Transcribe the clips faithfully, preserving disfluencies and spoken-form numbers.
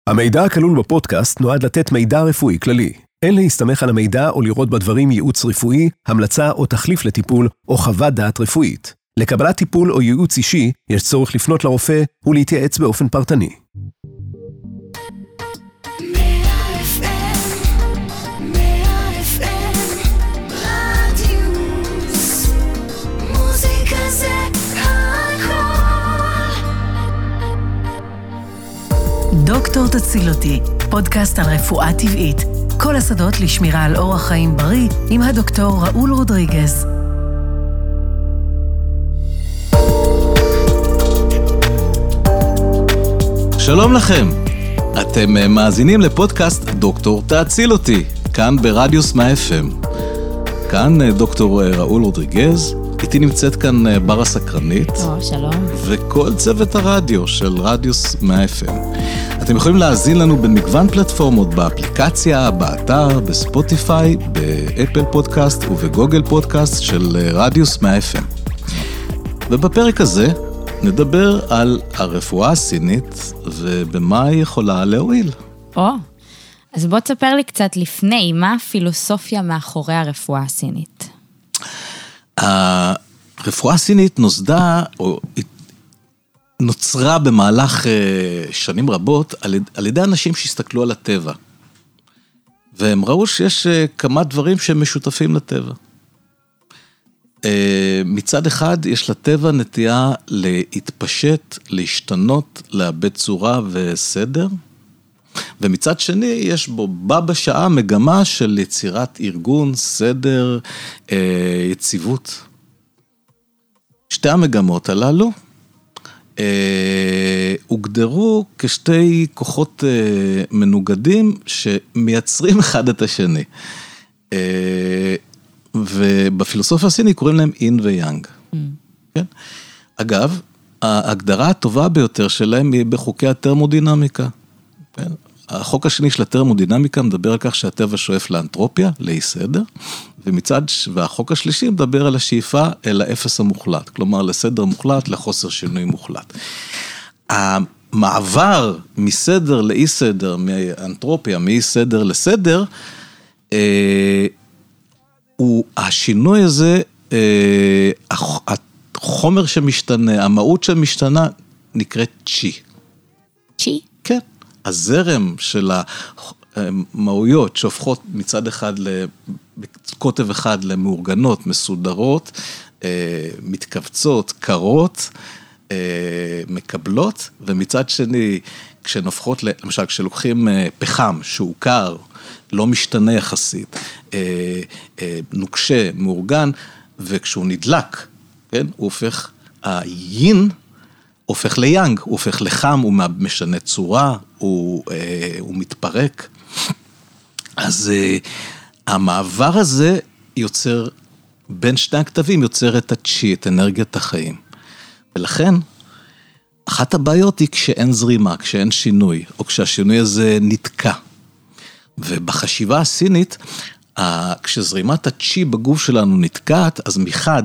המידע הכלול בפודקאסט נועד לתת מידע רפואי כללי. אין להסתמך על המידע או לראות בדברים ייעוץ רפואי, המלצה או תחליף לטיפול או חוות דעת רפואית. לקבלת טיפול או ייעוץ אישי, יש צורך לפנות לרופא ולהתייעץ באופן פרטני. דוקטור תציל אותי, פודקאסט על רפואה טבעית. כל השדות לשמירה על אורח חיים בריא עם הדוקטור ראול רודריגז. שלום לכם, אתם מאזינים לפודקאסט דוקטור תציל אותי, כאן ברדיוס מאה אף אם. כאן דוקטור ראול רודריגז, איתי נמצאת כאן בר הסקרנית. או, שלום. וכל צוות הרדיו של רדיוס מאה אף אם. אתם יכולים להאזין לנו במגוון פלטפורמות, באפליקציה, באתר, בספוטיפיי, באפל פודקאסט ובגוגל פודקאסט של רדיוס מאה אף אם. ובפרק הזה נדבר על הרפואה הסינית ובמה היא יכולה להועיל. או, אז בוא תספר לי קצת לפני, מה הפילוסופיה מאחורי הרפואה הסינית? הרפואה הסינית נוסדה, או נוצרה במהלך שנים רבות, על ידי אנשים שהסתכלו על הטבע. והם ראו שיש כמה דברים שהם משותפים לטבע. מצד אחד, יש לטבע נטייה להתפשט, להשתנות, לאבד צורה וסדר. ומצד שני, יש בו בה בשעה מגמה של יצירת ארגון, סדר, יציבות. שתי המגמות הללו הוגדרו כשתי כוחות מנוגדים שמייצרים אחד את השני. ובפילוסופיה הסינית קוראים להם אין ויאנג. כן? אגב, ההגדרה הטובה ביותר שלהם היא בחוקי התרמודינמיקה. כן? החוק השני של התרמודינמיקה מדבר על כך שהטבע שואף לאנטרופיה, לאי סדר, ומצד, והחוק השלישי מדבר על השאיפה אל האפס המוחלט, כלומר לסדר מוחלט, לחוסר שינוי מוחלט. המעבר מסדר לאי סדר, מאנטרופיה, מאי סדר לסדר, אה, הוא, השינוי הזה, אה, החומר שמשתנה, המהות שמשתנה, נקראת צ'י. צ'י? כן. הזרם של המהויות שהופכות מצד אחד, בקוטב אחד למאורגנות, מסודרות, מתכווצות, קרות, מקבלות, ומצד שני, כשנופכות, למשל, כשלוקחים פחם שהוא קר, לא משתנה יחסית, נוקשה, מאורגן, וכשהוא נדלק, כן, הוא הופך, היין, הופך ליאנג, הוא הופך לחם, הוא משנה צורה, הוא, אה, הוא מתפרק. אז אה, המעבר הזה יוצר, בין שני הכתבים יוצר את הצ'י, את אנרגיית החיים. ולכן, אחת הבעיות היא כשאין זרימה, כשאין שינוי, או כשהשינוי הזה נתקע. ובחשיבה הסינית, כשזרימת הצ'י בגוף שלנו נתקעת, אז מחד,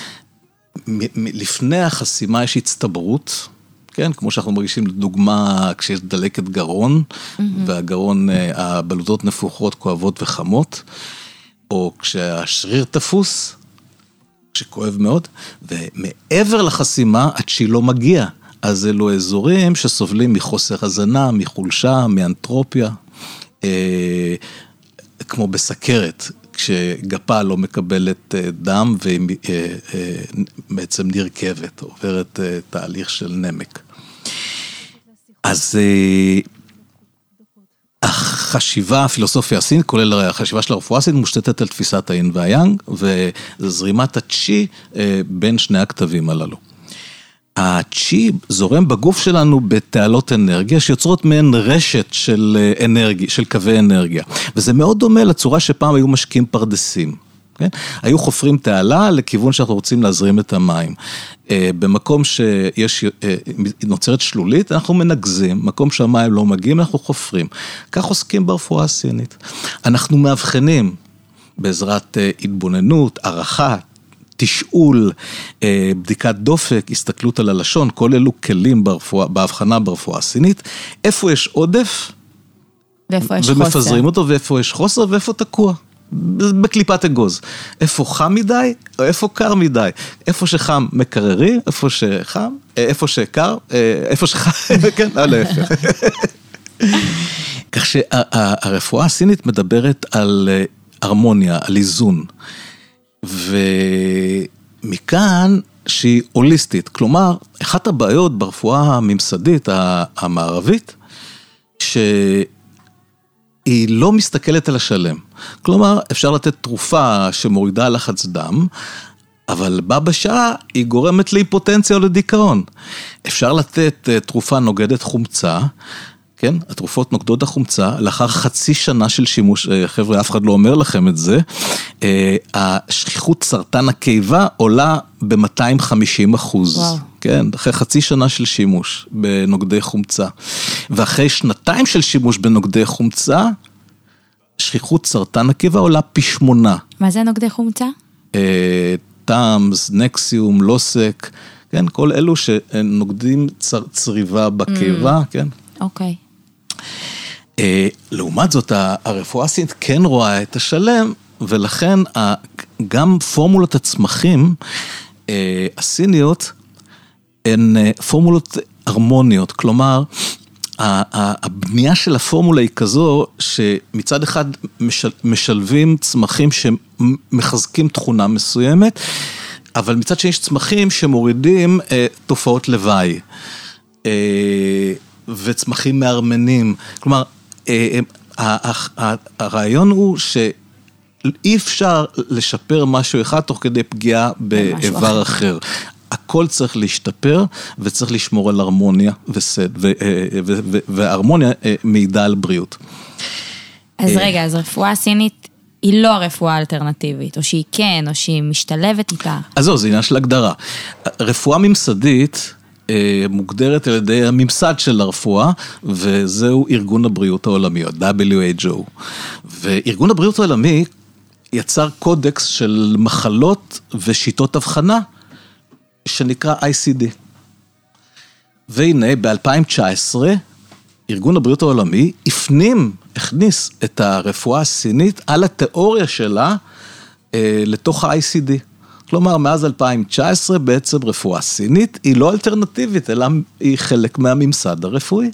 לפני החסימה יש הצטברות, כן, כמו שאנחנו מרגישים לדוגמה כשיש דלקת גרון, mm-hmm. והגרון, הבלוטות נפוחות, כואבות וחמות, או כשהשריר תפוס, שכואב מאוד, ומעבר לחסימה, הצ'י לא מגיע, אז אלו אזורים שסובלים מחוסר הזנה, מחולשה, מאנטרופיה, אה, כמו בסכרת, כשגפה לא מקבלת דם והיא בעצם נרכבת, עוברת תהליך של נמק. אז החשיבה, הפילוסופיה הסינית, כולל החשיבה של הרפואה הסינית, מושתתת על תפיסת האין והיאנג, וזרימת הצ'י בין שני הכתבים הללו. הצ'י זורם בגוף שלנו בתעלות אנרגיה, שיוצרות מעין רשת של אנרגיה, של קווי אנרגיה. וזה מאוד דומה לצורה שפעם היו משקים פרדסים. כן? היו חופרים תעלה לכיוון שאנחנו רוצים להזרים את המים. במקום שיש, נוצרת שלולית, אנחנו מנגזים, מקום שהמים לא מגיעים, אנחנו חופרים. כך עוסקים ברפואה הסינית. אנחנו מאבחנים בעזרת התבוננות, ערכה, תשאול, בדיקת דופק, הסתכלות על הלשון, כל אלו כלים ברפואה, בהבחנה ברפואה הסינית. איפה יש עודף? ואיפה יש ומפזרים חוסר. אותו, ואיפה יש חוסר, ואיפה תקוע. בקליפת אגוז. איפה חם מדי, או איפה קר מדי. איפה שחם מקררי, איפה שחם, איפה שקר, איפה שחם, כן, להפך. כך שהרפואה הסינית מדברת על הרמוניה, על איזון. ומכאן שהיא הוליסטית. כלומר, אחת הבעיות ברפואה הממסדית המערבית, שהיא לא מסתכלת על השלם. כלומר, אפשר לתת תרופה שמורידה לחץ דם, אבל בה בשעה היא גורמת להיפוטנציה או לדיכאון. אפשר לתת תרופה נוגדת חומצה, כן? התרופות נוגדות החומצה, לאחר חצי שנה של שימוש, חבר'ה, אף אחד לא אומר לכם את זה, השכיחות סרטן הקיבה עולה ב-מאתיים וחמישים אחוז. וואו. כן, אחרי חצי שנה של שימוש בנוגדי חומצה. ואחרי שנתיים של שימוש בנוגדי חומצה, שכיחות סרטן הקיבה עולה פי שמונה. מה זה נוגדי חומצה? טאמס, נקסיום, לוסק, כן, כל אלו שנוגדים צר, צריבה בקיבה, mm. כן. אוקיי. לעומת זאת, הרפואה הסינית כן רואה את השלם, ולכן גם פורמולות הצמחים הסיניות, הן פורמולות הרמוניות, כלומר, הבנייה של הפורמולה היא כזו, שמצד אחד משלבים צמחים שמחזקים תכונה מסוימת, אבל מצד שני יש צמחים שמורידים תופעות לוואי, וצמחים מארמנים, כלומר, הרעיון הוא שאי אפשר לשפר משהו אחד תוך כדי פגיעה באיבר אחר. הכל צריך להשתפר, וצריך לשמור על הרמוניה וסד, וההרמוניה מעידה על בריאות. אז רגע, אז רפואה הסינית היא לא הרפואה האלטרנטיבית, או שהיא כן, או שהיא משתלבת איתה. אז זהו, זה עניין של הגדרה. רפואה ממסדית מוגדרת על ידי הממסד של הרפואה, וזהו ארגון הבריאות העולמי, דאבליו אייץ' או. וארגון הבריאות העולמי יצר קודקס של מחלות ושיטות הבחנה, שנקרא איי סי די. והנה, ב-אלפיים תשע עשרה, ארגון הבריאות העולמי הפנים, הכניס את הרפואה הסינית על התיאוריה שלה אה, לתוך ה-איי סי די. כלומר, מאז אלפיים תשע עשרה בעצם רפואה סינית היא לא אלטרנטיבית, אלא היא חלק מהממסד הרפואי.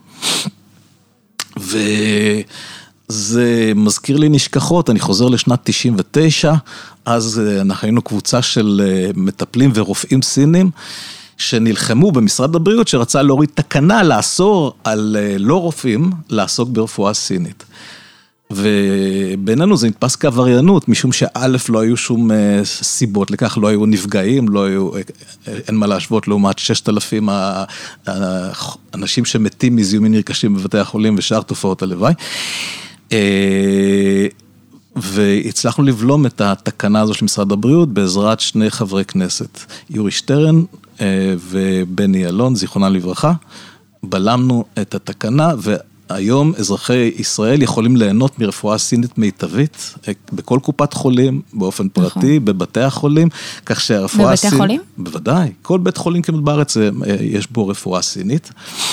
וזה מזכיר לי נשכחות, אני חוזר לשנת תשעים ותשע, אז אנחנו היינו קבוצה של מטפלים ורופאים סינים, שנלחמו במשרד הבריאות, שרצה להוריד תקנה לאסור על לא רופאים לעסוק ברפואה סינית. ובינינו זה נתפס כעבריינות, משום שא' לא היו שום סיבות לכך, לא היו נפגעים, לא היו, אין מה להשוות לעומת ששת אלפים האנשים שמתים מזיהומים נרכשים בבתי החולים ושאר תופעות הלוואי. והצלחנו לבלום את התקנה הזו של משרד הבריאות בעזרת שני חברי כנסת, יורי שטרן ובני אלון, זיכרונם לברכה, בלמנו את התקנה, והיום אזרחי ישראל יכולים ליהנות מרפואה סינית מיטבית, בכל קופת חולים, באופן פרטי, בבתי החולים, כך שהרפואה הסינית... בבתי חולים? בוודאי, כל בית חולים כמעט בארץ יש בו רפואה סינית,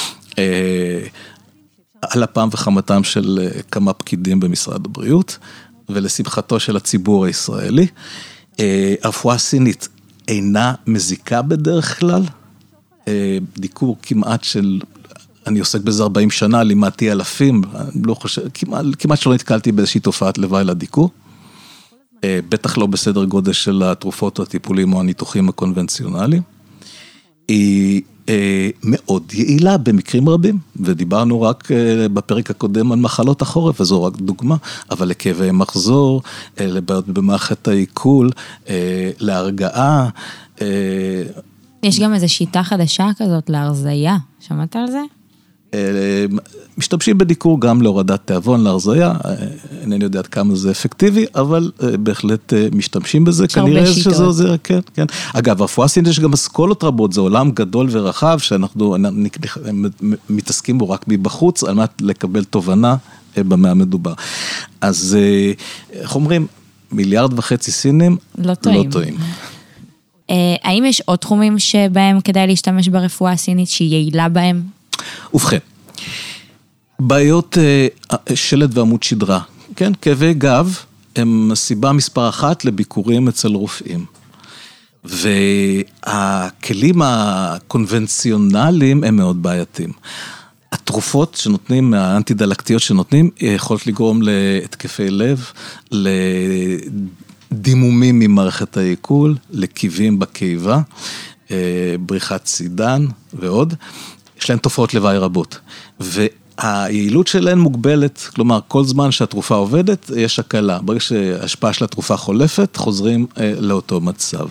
על הפעם וחמתם של כמה פקידים במשרד הבריאות, ולשמחתו של הציבור הישראלי, הרפואה הסינית אינה מזיקה בדרך כלל, דיקור כמעט של, אני עוסק בזה ארבעים שנה, לימדתי אלפים, אני לא חושב, כמעט, כמעט שלא נתקלתי באיזושהי תופעת לוואי לדיקור, בטח לא בסדר גודל של התרופות או הטיפולים או הניתוחים הקונבנציונליים, היא מאוד יעילה במקרים רבים, ודיברנו רק בפרק הקודם על מחלות החורף, וזו רק דוגמה, אבל לכאבי מחזור, לבעיות במערכת העיכול, להרגעה. יש גם איזו שיטה חדשה כזאת להרזיה, שמעת על זה? משתמשים בדיקור גם להורדת תיאבון, להרזיה, אינני יודעת כמה זה אפקטיבי, אבל בהחלט משתמשים בזה, כנראה שזה עוזר, כן, כן. אגב, הרפואה הסינית יש גם אסכולות רבות, זה עולם גדול ורחב, שאנחנו מתעסקים בו רק מבחוץ, על מנת לקבל תובנה במה המדובר. אז, איך אומרים, מיליארד וחצי סינים, לא טועים. לא טועים. האם יש עוד תחומים שבהם כדאי להשתמש ברפואה הסינית שהיא יעילה בהם? ובכן, בעיות שלד ועמוד שדרה, כן, כאבי גב הם סיבה מספר אחת לביקורים אצל רופאים. והכלים הקונבנציונליים הם מאוד בעייתיים. התרופות שנותנים, האנטי-דלקתיות שנותנים, יכולות לגרום להתקפי לב, לדימומים ממערכת העיכול, לכאבים בקיבה, בריחת סידן ועוד. יש להן תופעות לוואי רבות. והיעילות שלהן מוגבלת, כלומר, כל זמן שהתרופה עובדת, יש הקלה. ברגע שההשפעה של התרופה חולפת, חוזרים לאותו מצב.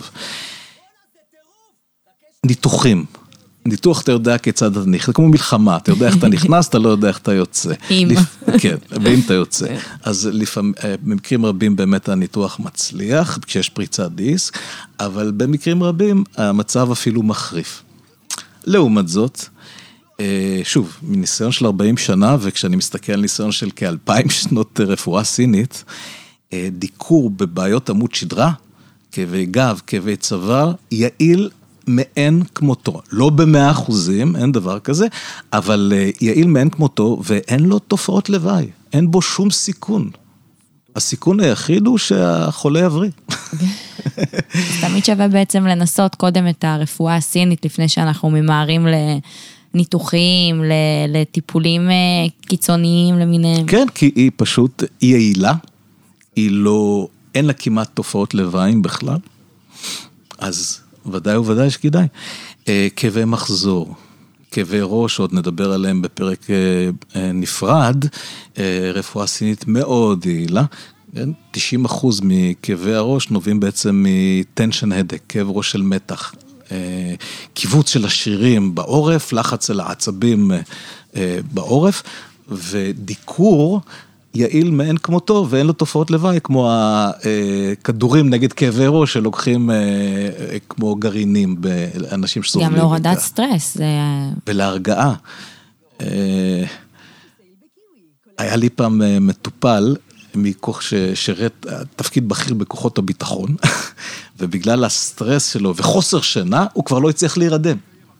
ניתוחים. ניתוח אתה יודע כיצד אתה נכנס, זה כמו מלחמה, אתה יודע איך אתה נכנס, אתה לא יודע איך אתה יוצא. אם. כן, ואם אתה יוצא. אז לפעמים, במקרים רבים באמת הניתוח מצליח, כשיש פריצת דיסק, אבל במקרים רבים המצב אפילו מחריף. לעומת זאת, שוב, מניסיון של ארבעים שנה, וכשאני מסתכל על ניסיון של כאלפיים שנות רפואה סינית, דיקור בבעיות עמוד שדרה, כאבי גב, כאבי צוואר, יעיל מאין כמותו. לא במאה אחוזים, אין דבר כזה, אבל יעיל מאין כמותו, ואין לו תופעות לוואי. אין בו שום סיכון. הסיכון היחיד הוא שהחולה יבריא. תמיד שווה בעצם לנסות קודם את הרפואה הסינית, לפני שאנחנו ממהרים לניתוחים, לטיפולים קיצוניים למיניהם. כן, כי היא פשוט יעילה, היא לא, אין לה כמעט תופעות לוואי בכלל, אז ודאי וודאי שכדאי. כאבי מחזור, כאבי ראש, עוד נדבר עליהם בפרק נפרד, רפואה סינית מאוד יעילה, תשעים אחוז מכאבי הראש נובעים בעצם מטנשן הדק, כאב ראש של מתח, קיבוץ של השרירים בעורף, לחץ על העצבים בעורף, ודיקור יעיל מאין כמותו, ואין לו תופעות לוואי, כמו הכדורים נגד כאבי ראש, שלוקחים כמו גרעינים באנשים שסובלים. גם להורדת סטרס. ולהרגעה. היה לי פעם מטופל, מכוח ששרת תפקיד בכיר בכוחות הביטחון, ובגלל הסטרס שלו וחוסר שינה, הוא כבר לא הצליח להירדם.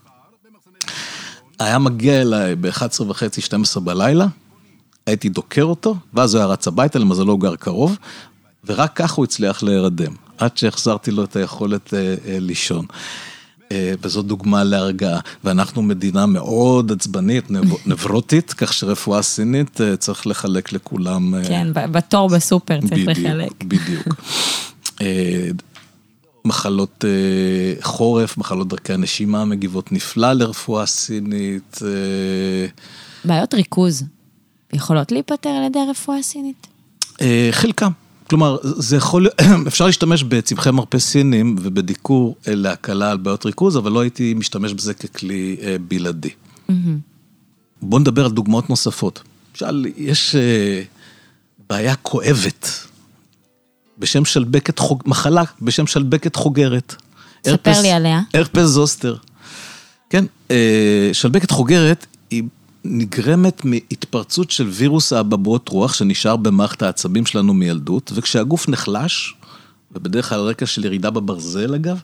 היה מגיע אליי ב-אחת עשרה וחצי, שתים עשרה בלילה, הייתי דוקר אותו, ואז הוא היה רץ הביתה, למזלו הוא גר קרוב, ורק כך הוא הצליח להירדם, עד שהחזרתי לו את היכולת אה, אה, לישון. אה, וזו דוגמה להרגעה, ואנחנו מדינה מאוד עצבנית, נברוטית, כך שרפואה סינית אה, צריך לחלק לכולם. אה, כן, בתור בסופר צריך בדיוק, לחלק. בדיוק. אה, מחלות אה, חורף, מחלות דרכי הנשימה, מגיבות נפלא לרפואה סינית. אה, בעיות ריכוז. יכולות להיפטר על ידי הרפואה הסינית? חלקם. כלומר, זה יכול, אפשר להשתמש בצמחי מרפא סינים ובדיקור להקלה על בעיות ריכוז, אבל לא הייתי משתמש בזה ככלי בלעדי. בואו נדבר על דוגמאות נוספות. שאל, יש בעיה כואבת, בשם שלבקת חוג, מחלה, בשם שלבקת חוגרת. ספר לי עליה. הרפס זוסטר. כן, שלבקת חוגרת היא נגרמת מהתפרצות של וירוס האבעבועות רוח שנשאר במערכת העצבים שלנו מילדות, וכשהגוף נחלש, ובדרך כלל רקע של ירידה בברזל אגב,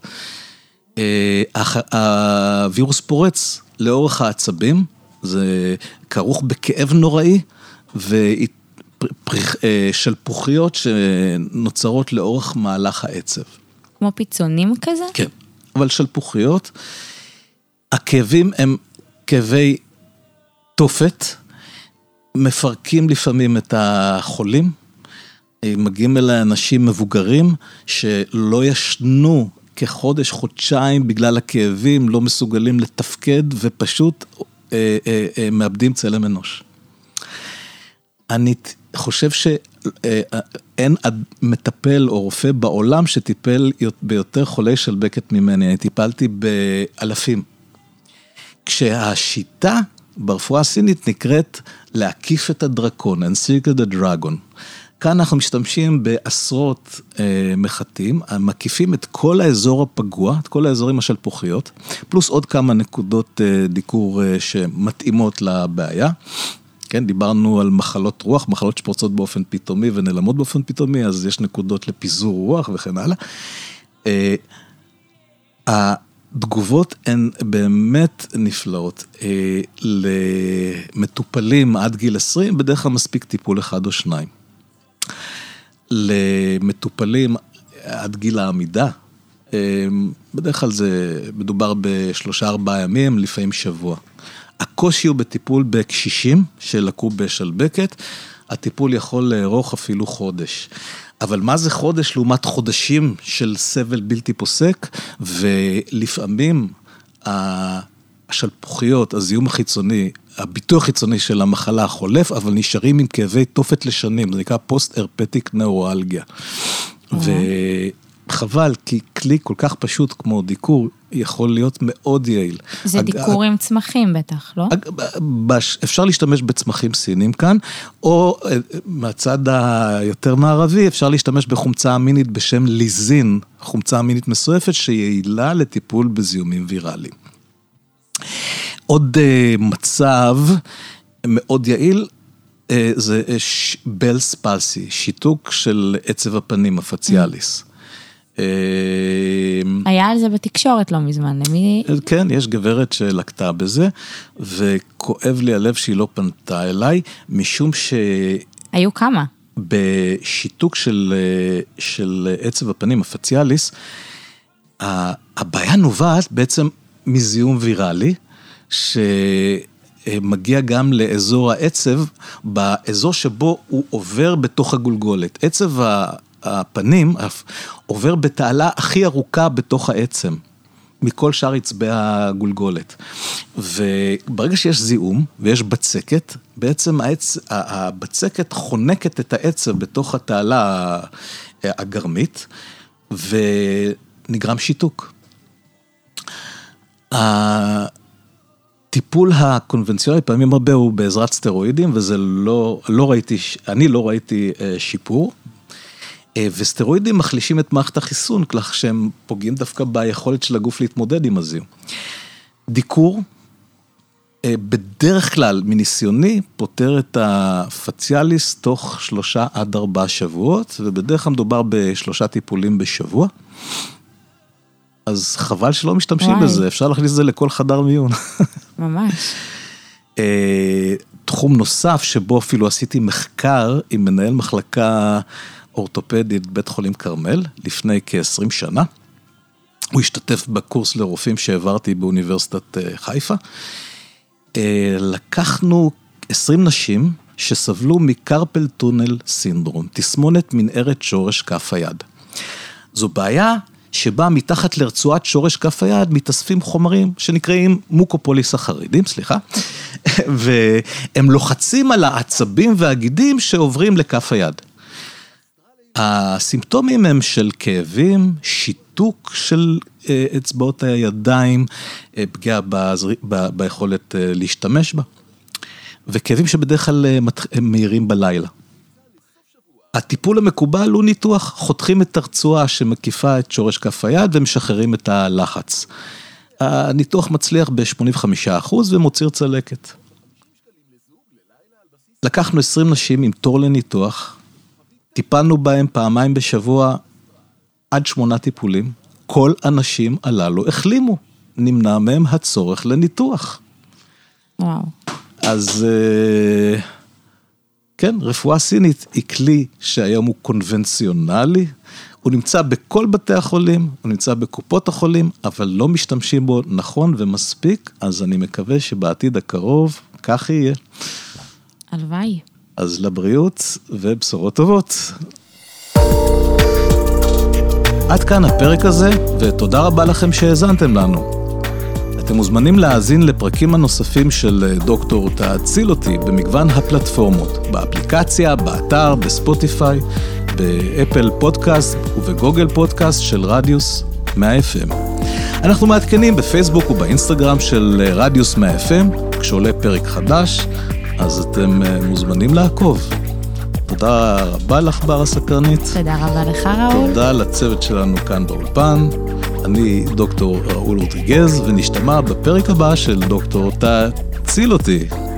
הווירוס פורץ לאורך העצבים, זה כרוך בכאב נוראי, ושלפוחיות שנוצרות לאורך מהלך העצב. כמו פיצונים כזה? כן, אבל שלפוחיות, הכאבים הם כאבי תופת, מפרקים לפעמים את החולים, מגיעים אליי אנשים מבוגרים שלא ישנו כחודש, חודשיים בגלל הכאבים, לא מסוגלים לתפקד ופשוט אה, אה, אה, מאבדים צלם אנוש. אני חושב שאין מטפל או רופא בעולם שטיפל ביותר חולי שלבקת ממני, אני טיפלתי באלפים. כשהשיטה ברפואה הסינית נקראת להקיף את הדרקון, encircle the dragon. כאן אנחנו משתמשים בעשרות אה, מחטים, מקיפים את כל האזור הפגוע, את כל האזורים השלפוחיות, פלוס עוד כמה נקודות אה, דיקור אה, שמתאימות לבעיה. כן, דיברנו על מחלות רוח, מחלות שפורצות באופן פתאומי ונעלמות באופן פתאומי, אז יש נקודות לפיזור רוח וכן הלאה. אה, התגובות הן באמת נפלאות. למטופלים עד גיל עשרים, בדרך כלל מספיק טיפול אחד או שניים. למטופלים עד גיל העמידה, בדרך כלל זה מדובר בשלושה ארבעה ימים, לפעמים שבוע. הקושי הוא בטיפול בקשישים שלקו בשלבקת, הטיפול יכול לארוך אפילו חודש. אבל מה זה חודש לעומת חודשים של סבל בלתי פוסק, ולפעמים השלפוחיות, הזיהום החיצוני, הביטוי החיצוני של המחלה חולף, אבל נשארים עם כאבי תופת לשנים, זה נקרא פוסט-הרפטיק נאורלגיה. וחבל, כי כלי כל כך פשוט כמו דיקור, יכול להיות מאוד יעיל. זה דיקור עם צמחים בטח, לא? אפשר להשתמש בצמחים סינים כאן, או מהצד היותר מערבי, אפשר להשתמש בחומצה אמינית בשם ליזין, חומצה אמינית מסועפת, שיעילה לטיפול בזיהומים ויראליים. עוד מצב מאוד יעיל, זה בלס פלסי, שיתוק של עצב הפנים, הפציאליס. היה על זה בתקשורת לא מזמן, למי? כן, יש גברת שלקתה בזה, וכואב לי הלב שהיא לא פנתה אליי, משום ש... היו כמה? בשיתוק של, של עצב הפנים, הפציאליס, הבעיה נובעת בעצם מזיהום ויראלי, שמגיע גם לאזור העצב, באזור שבו הוא עובר בתוך הגולגולת. עצב הפנים עובר בתעלה הכי ארוכה בתוך העצם, מכל שאר עצבי הגולגולת. וברגע שיש זיהום ויש בצקת, בעצם העצ... הבצקת חונקת את העצב בתוך התעלה הגרמית, ונגרם שיתוק. הטיפול הקונבנציונלי פעמים הרבה הוא בעזרת סטרואידים, וזה לא, לא ראיתי, אני לא ראיתי שיפור, וסטרואידים מחלישים את מערכת החיסון, כך שהם פוגעים דווקא ביכולת של הגוף להתמודד עם הזיהום. דיקור, בדרך כלל מניסיוני, פותר את הפציאליס תוך שלושה עד ארבעה שבועות, ובדרך כלל מדובר בשלושה טיפולים בשבוע. אז חבל שלא משתמשים וואי. בזה, אפשר להכניס את זה לכל חדר מיון. ממש. תחום נוסף שבו אפילו עשיתי מחקר עם מנהל מחלקה אורתופדית בית חולים קרמל, לפני כ-עשרים שנה. הוא השתתף בקורס לרופאים שהעברתי באוניברסיטת חיפה. לקחנו עשרים נשים שסבלו מקרפל טונל סינדרום, תסמונת מנהרת שורש כף היד. זו בעיה שבה מתחת לרצועת שורש כף היד מתאספים חומרים שנקראים מוקופוליסכרידים, סליחה, והם לוחצים על העצבים והגידים שעוברים לכף היד. הסימפטומים הם של כאבים, שיתוק של אצבעות הידיים, פגיעה ביכולת להשתמש בה, וכאבים שבדרך כלל הם מהירים בלילה. הטיפול המקובל הוא ניתוח, חותכים את הרצועה שמקיפה את שורש כף היד ומשחררים את הלחץ. הניתוח מצליח ב-שמונים וחמישה אחוז ומוציר צלקת. לקחנו עשרים נשים עם תור לניתוח, טיפלנו בהם פעמיים בשבוע עד שמונה טיפולים, כל הנשים הללו החלימו, נמנע מהם הצורך לניתוח. וואו. אז כן, רפואה סינית היא כלי שהיום הוא קונבנציונלי, הוא נמצא בכל בתי החולים, הוא נמצא בקופות החולים, אבל לא משתמשים בו נכון ומספיק, אז אני מקווה שבעתיד הקרוב כך יהיה. הלוואי. אז לבריאות ובשורות טובות. עד כאן הפרק הזה, ותודה רבה לכם שהאזנתם לנו. אתם מוזמנים להאזין לפרקים הנוספים של דוקטור תציל אותי במגוון הפלטפורמות, באפליקציה, באתר, בספוטיפיי, באפל פודקאסט ובגוגל פודקאסט של רדיוס מאה אף אם. אנחנו מעדכנים בפייסבוק ובאינסטגרם של רדיוס מאה אף אם, כשעולה פרק חדש, אז אתם מוזמנים לעקוב. תודה רבה לך בר הסקרנית. תודה רבה לך ראול. תודה לצוות שלנו כאן באולפן. אני דוקטור ראול רודריגז, ונשתמע בפרק הבא של דוקטור תציל אותי.